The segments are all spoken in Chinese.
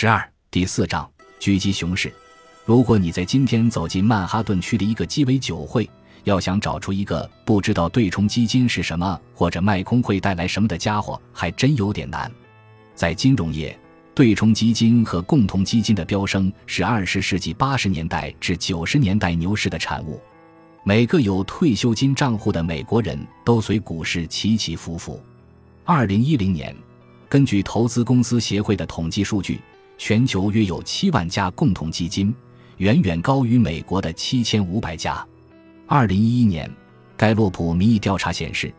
第4章狙击熊市。如果你在今天走进曼哈顿区的一个鸡尾酒会，要想找出一个不知道对冲基金是什么或者卖空会带来什么的家伙，还真有点难。在金融业，对冲基金和共同基金的飙升是20世纪80年代至90年代牛市的产物。每个有退休金账户的美国人都随股市起起伏伏。2010年，根据投资公司协会的统计数据，全球约有7万家共同基金，远远高于美国的7500家。2011年，盖洛普民意调查显示，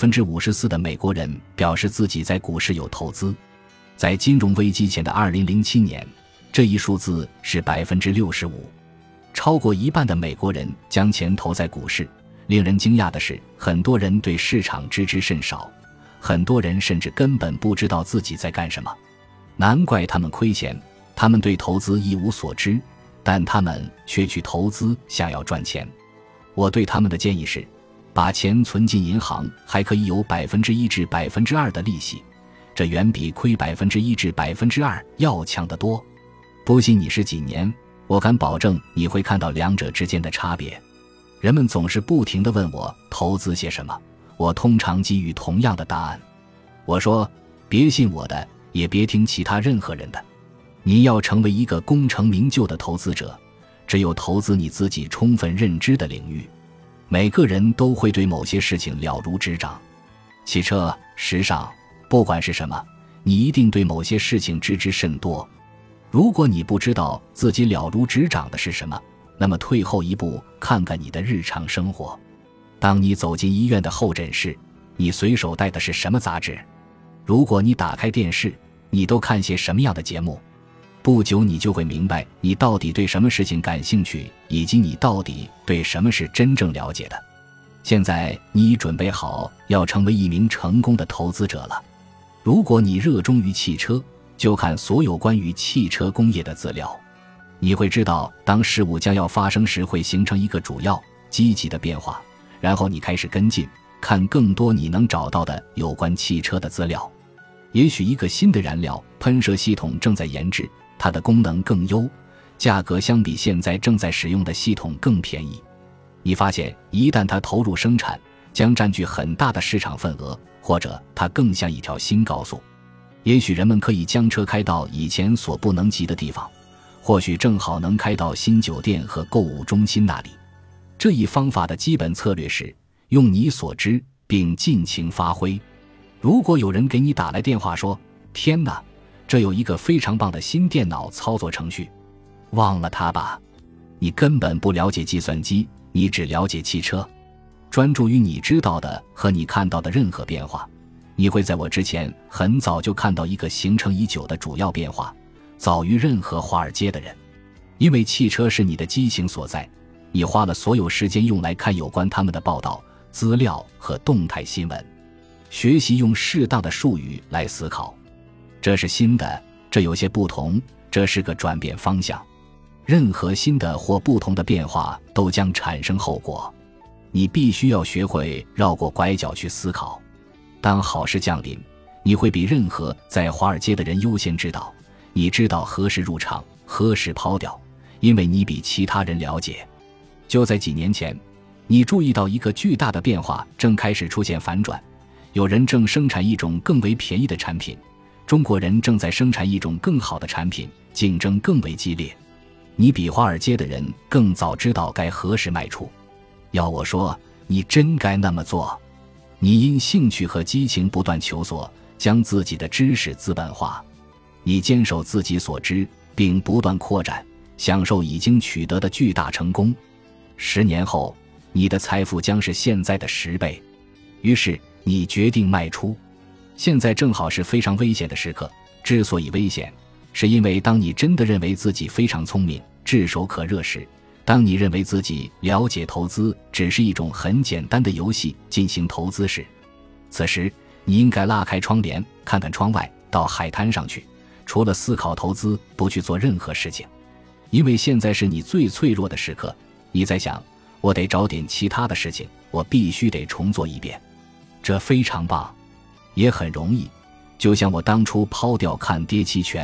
54% 的美国人表示自己在股市有投资。在金融危机前的2007年，这一数字是 65%。 超过一半的美国人将钱投在股市。令人惊讶的是，很多人对市场知之甚少，很多人甚至根本不知道自己在干什么。难怪他们亏钱，他们对投资一无所知，但他们却去投资，想要赚钱。我对他们的建议是，把钱存进银行，还可以有 1% 至 2% 的利息，这远比亏 1% 至 2% 要强得多。不信你试几年，我敢保证你会看到两者之间的差别。人们总是不停地问我投资些什么，我通常给予同样的答案。我说，别信我的，也别听其他任何人的。你要成为一个功成名就的投资者，只有投资你自己充分认知的领域。每个人都会对某些事情了如指掌，汽车、时尚，不管是什么，你一定对某些事情知之甚多。如果你不知道自己了如指掌的是什么，那么退后一步，看看你的日常生活。当你走进医院的候诊室，你随手带的是什么杂志？如果你打开电视，你都看些什么样的节目？不久你就会明白你到底对什么事情感兴趣，以及你到底对什么是真正了解的。现在你已准备好要成为一名成功的投资者了。如果你热衷于汽车，就看所有关于汽车工业的资料。你会知道当事物将要发生时会形成一个主要积极的变化，然后你开始跟进，看更多你能找到的有关汽车的资料。也许一个新的燃料喷射系统正在研制，它的功能更优，价格相比现在正在使用的系统更便宜。你发现一旦它投入生产，将占据很大的市场份额，或者它更像一条新高速。也许人们可以将车开到以前所不能及的地方，或许正好能开到新酒店和购物中心那里。这一方法的基本策略是用你所知并尽情发挥。如果有人给你打来电话说，天哪，这有一个非常棒的新电脑操作程序，忘了它吧。你根本不了解计算机，你只了解汽车。专注于你知道的和你看到的任何变化，你会在我之前很早就看到一个形成已久的主要变化，早于任何华尔街的人。因为汽车是你的激情所在，你花了所有时间用来看有关他们的报道、资料和动态新闻。学习用适当的术语来思考，这是新的，这有些不同，这是个转变方向。任何新的或不同的变化都将产生后果，你必须要学会绕过拐角去思考。当好事降临，你会比任何在华尔街的人优先知道，你知道何时入场，何时抛掉，因为你比其他人了解。就在几年前，你注意到一个巨大的变化正开始出现反转，有人正生产一种更为便宜的产品，中国人正在生产一种更好的产品，竞争更为激烈。你比华尔街的人更早知道该何时卖出。要我说，你真该那么做。你因兴趣和激情不断求索，将自己的知识资本化。你坚守自己所知，并不断扩展，享受已经取得的巨大成功。10年后，你的财富将是现在的10倍。于是你决定卖出。现在正好是非常危险的时刻，之所以危险，是因为当你真的认为自己非常聪明、炙手可热时，当你认为自己了解投资只是一种很简单的游戏进行投资时，此时你应该拉开窗帘，看看窗外，到海滩上去，除了思考投资，不去做任何事情。因为现在是你最脆弱的时刻，你在想，我得找点其他的事情，我必须得重做一遍。这非常棒，也很容易，就像我当初抛掉看跌期权，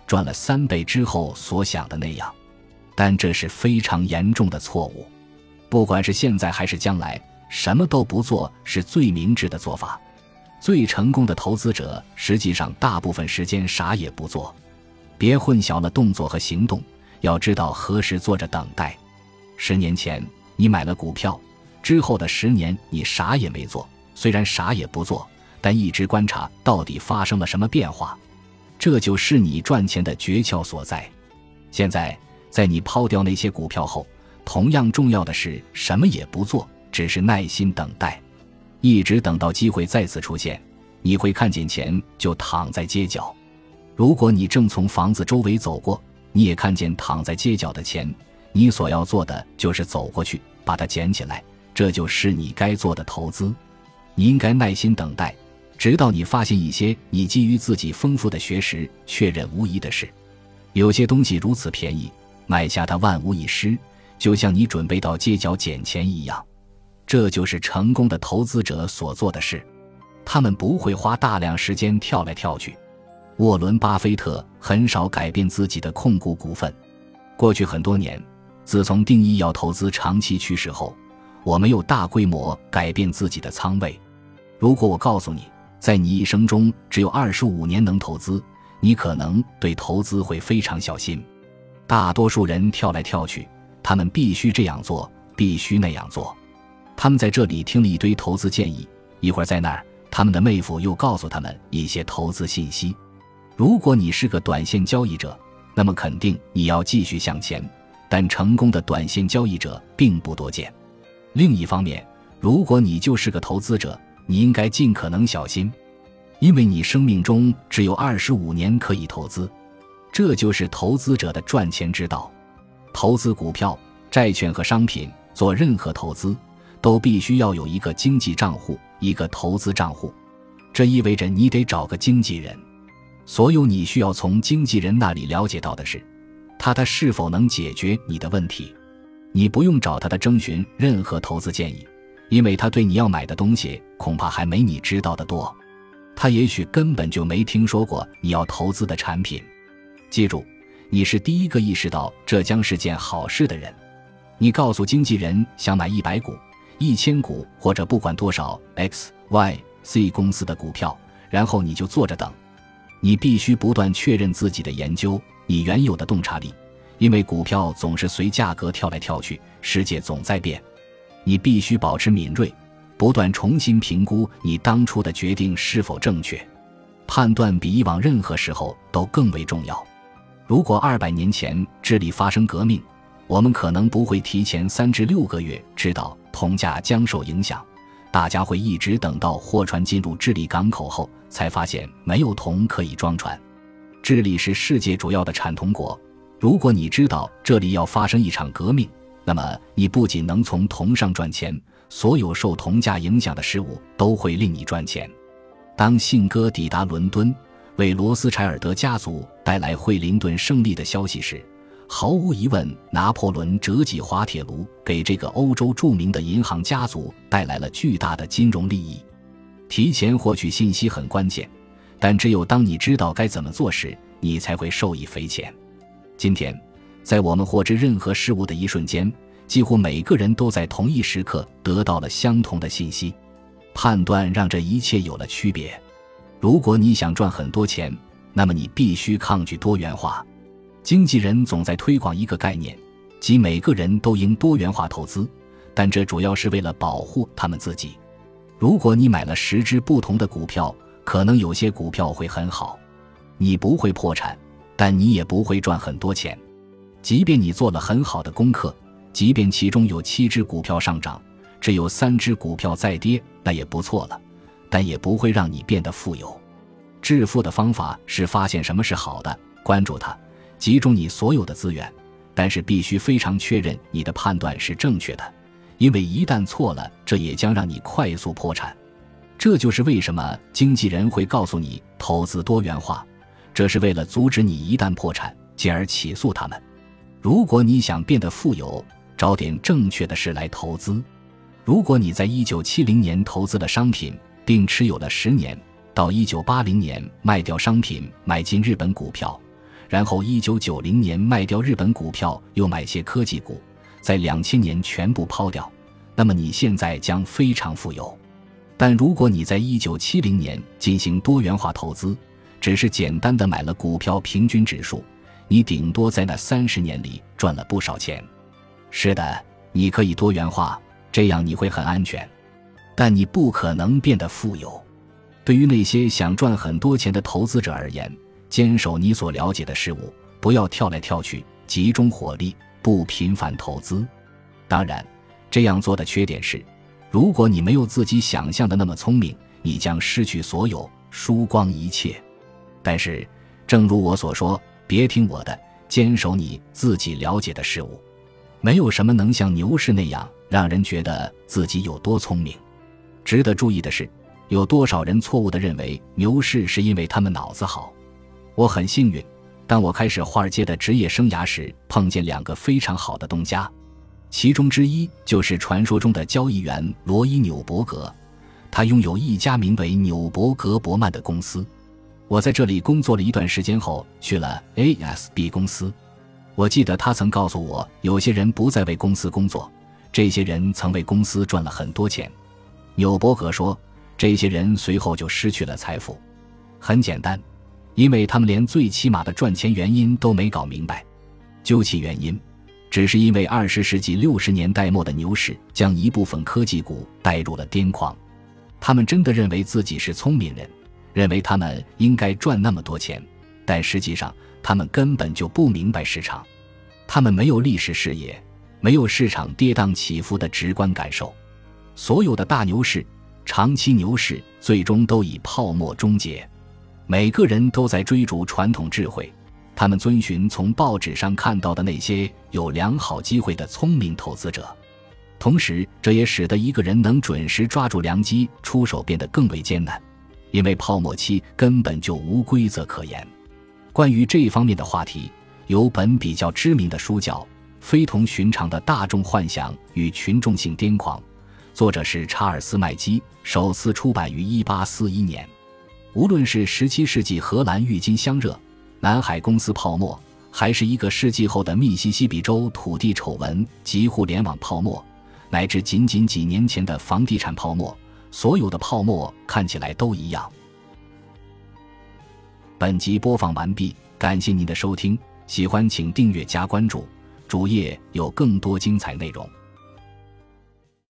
赚了3倍之后所想的那样，但这是非常严重的错误。不管是现在还是将来，什么都不做是最明智的做法。最成功的投资者实际上大部分时间啥也不做。别混淆了动作和行动，要知道何时坐着等待。10年前你买了股票，之后的10年你啥也没做，虽然啥也不做，但一直观察到底发生了什么变化，这就是你赚钱的诀窍所在。现在在你抛掉那些股票后，同样重要的是什么也不做，只是耐心等待，一直等到机会再次出现，你会看见钱就躺在街角。如果你正从房子周围走过，你也看见躺在街角的钱，你所要做的就是走过去把它捡起来，这就是你该做的投资。你应该耐心等待，直到你发现一些你基于自己丰富的学识确认无疑的事。有些东西如此便宜，买下它万无一失，就像你准备到街角捡钱一样。这就是成功的投资者所做的事，他们不会花大量时间跳来跳去。沃伦·巴菲特很少改变自己的控股股份。过去很多年，自从定义要投资长期趋势后，我没有大规模改变自己的仓位。如果我告诉你，在你一生中只有25年能投资，你可能对投资会非常小心。大多数人跳来跳去，他们必须这样做，必须那样做。他们在这里听了一堆投资建议，一会儿在那儿，他们的妹夫又告诉他们一些投资信息。如果你是个短线交易者，那么肯定你要继续向前，但成功的短线交易者并不多见。另一方面，如果你就是个投资者，你应该尽可能小心，因为你生命中只有25年可以投资。这就是投资者的赚钱之道。投资股票、债券和商品，做任何投资都必须要有一个经济账户，一个投资账户。这意味着你得找个经纪人。所有你需要从经纪人那里了解到的是，他是否能解决你的问题。你不用找他的征询任何投资建议，因为他对你要买的东西恐怕还没你知道的多。他也许根本就没听说过你要投资的产品。记住，你是第一个意识到这将是件好事的人。你告诉经纪人想买100股、1000股或者不管多少 X、Y、Z 公司的股票，然后你就坐着等。你必须不断确认自己的研究，你原有的洞察力，因为股票总是随价格跳来跳去，世界总在变。你必须保持敏锐，不断重新评估你当初的决定是否正确。判断比以往任何时候都更为重要。如果200年前智利发生革命，我们可能不会提前3至6个月知道铜价将受影响，大家会一直等到货船进入智利港口后才发现没有铜可以装船。智利是世界主要的产铜国，如果你知道这里要发生一场革命，那么你不仅能从铜上赚钱，所有受铜价影响的事物都会令你赚钱。当信鸽抵达伦敦，为罗斯柴尔德家族带来惠灵顿胜利的消息时，毫无疑问，拿破仑折戟滑铁卢给这个欧洲著名的银行家族带来了巨大的金融利益。提前获取信息很关键，但只有当你知道该怎么做时，你才会受益匪浅。今天，在我们获知任何事物的一瞬间，几乎每个人都在同一时刻得到了相同的信息。判断让这一切有了区别。如果你想赚很多钱，那么你必须抗拒多元化。经纪人总在推广一个概念，即每个人都应多元化投资，但这主要是为了保护他们自己。如果你买了10只不同的股票，可能有些股票会很好，你不会破产，但你也不会赚很多钱。即便你做了很好的功课，即便其中有7只股票上涨，只有3只股票在跌，那也不错了，但也不会让你变得富有。致富的方法是发现什么是好的，关注它，集中你所有的资源，但是必须非常确认你的判断是正确的，因为一旦错了，这也将让你快速破产。这就是为什么经纪人会告诉你投资多元化，这是为了阻止你一旦破产，进而起诉他们。如果你想变得富有，找点正确的事来投资。如果你在1970年投资了商品，并持有了10年，到1980年卖掉商品买进日本股票， 然后1990年卖掉日本股票，又买些科技股，在2000年全部抛掉，那么你现在将非常富有。但如果你在1970年进行多元化投资，只是简单的买了股票平均指数，你顶多在那30年里赚了不少钱。是的，你可以多元化，这样你会很安全，但你不可能变得富有。对于那些想赚很多钱的投资者而言，坚守你所了解的事物，不要跳来跳去，集中火力，不频繁投资。当然，这样做的缺点是，如果你没有自己想象的那么聪明，你将失去所有，输光一切。但是，正如我所说，别听我的，坚守你自己了解的事物。没有什么能像牛市那样让人觉得自己有多聪明。值得注意的是，有多少人错误地认为牛市是因为他们脑子好。我很幸运，当我开始华尔街的职业生涯时，碰见2个非常好的东家，其中之一就是传说中的交易员罗伊·纽伯格，他拥有一家名为纽伯格伯曼的公司。我在这里工作了一段时间后，去了 ASB 公司。我记得他曾告诉我，有些人不再为公司工作，这些人曾为公司赚了很多钱。纽伯格说，这些人随后就失去了财富。很简单，因为他们连最起码的赚钱原因都没搞明白。究其原因，只是因为20世纪60年代末的牛市将一部分科技股带入了癫狂。他们真的认为自己是聪明人，认为他们应该赚那么多钱，但实际上他们根本就不明白市场。他们没有历史视野，没有市场跌宕起伏的直观感受。所有的大牛市、长期牛市最终都以泡沫终结。每个人都在追逐传统智慧，他们遵循从报纸上看到的那些有良好机会的聪明投资者。同时，这也使得一个人能准时抓住良机出手变得更为艰难，因为泡沫期根本就无规则可言。关于这方面的话题，有本比较知名的书叫《非同寻常的大众幻想与群众性癫狂》，作者是查尔斯·麦基，首次出版于1841年。无论是17世纪荷兰郁金香热、南海公司泡沫，还是1个世纪后的密西西比州土地丑闻及互联网泡沫，乃至仅几年前的房地产泡沫，所有的泡沫看起来都一样。本集播放完毕，感谢您的收听，喜欢请订阅加关注，主页有更多精彩内容。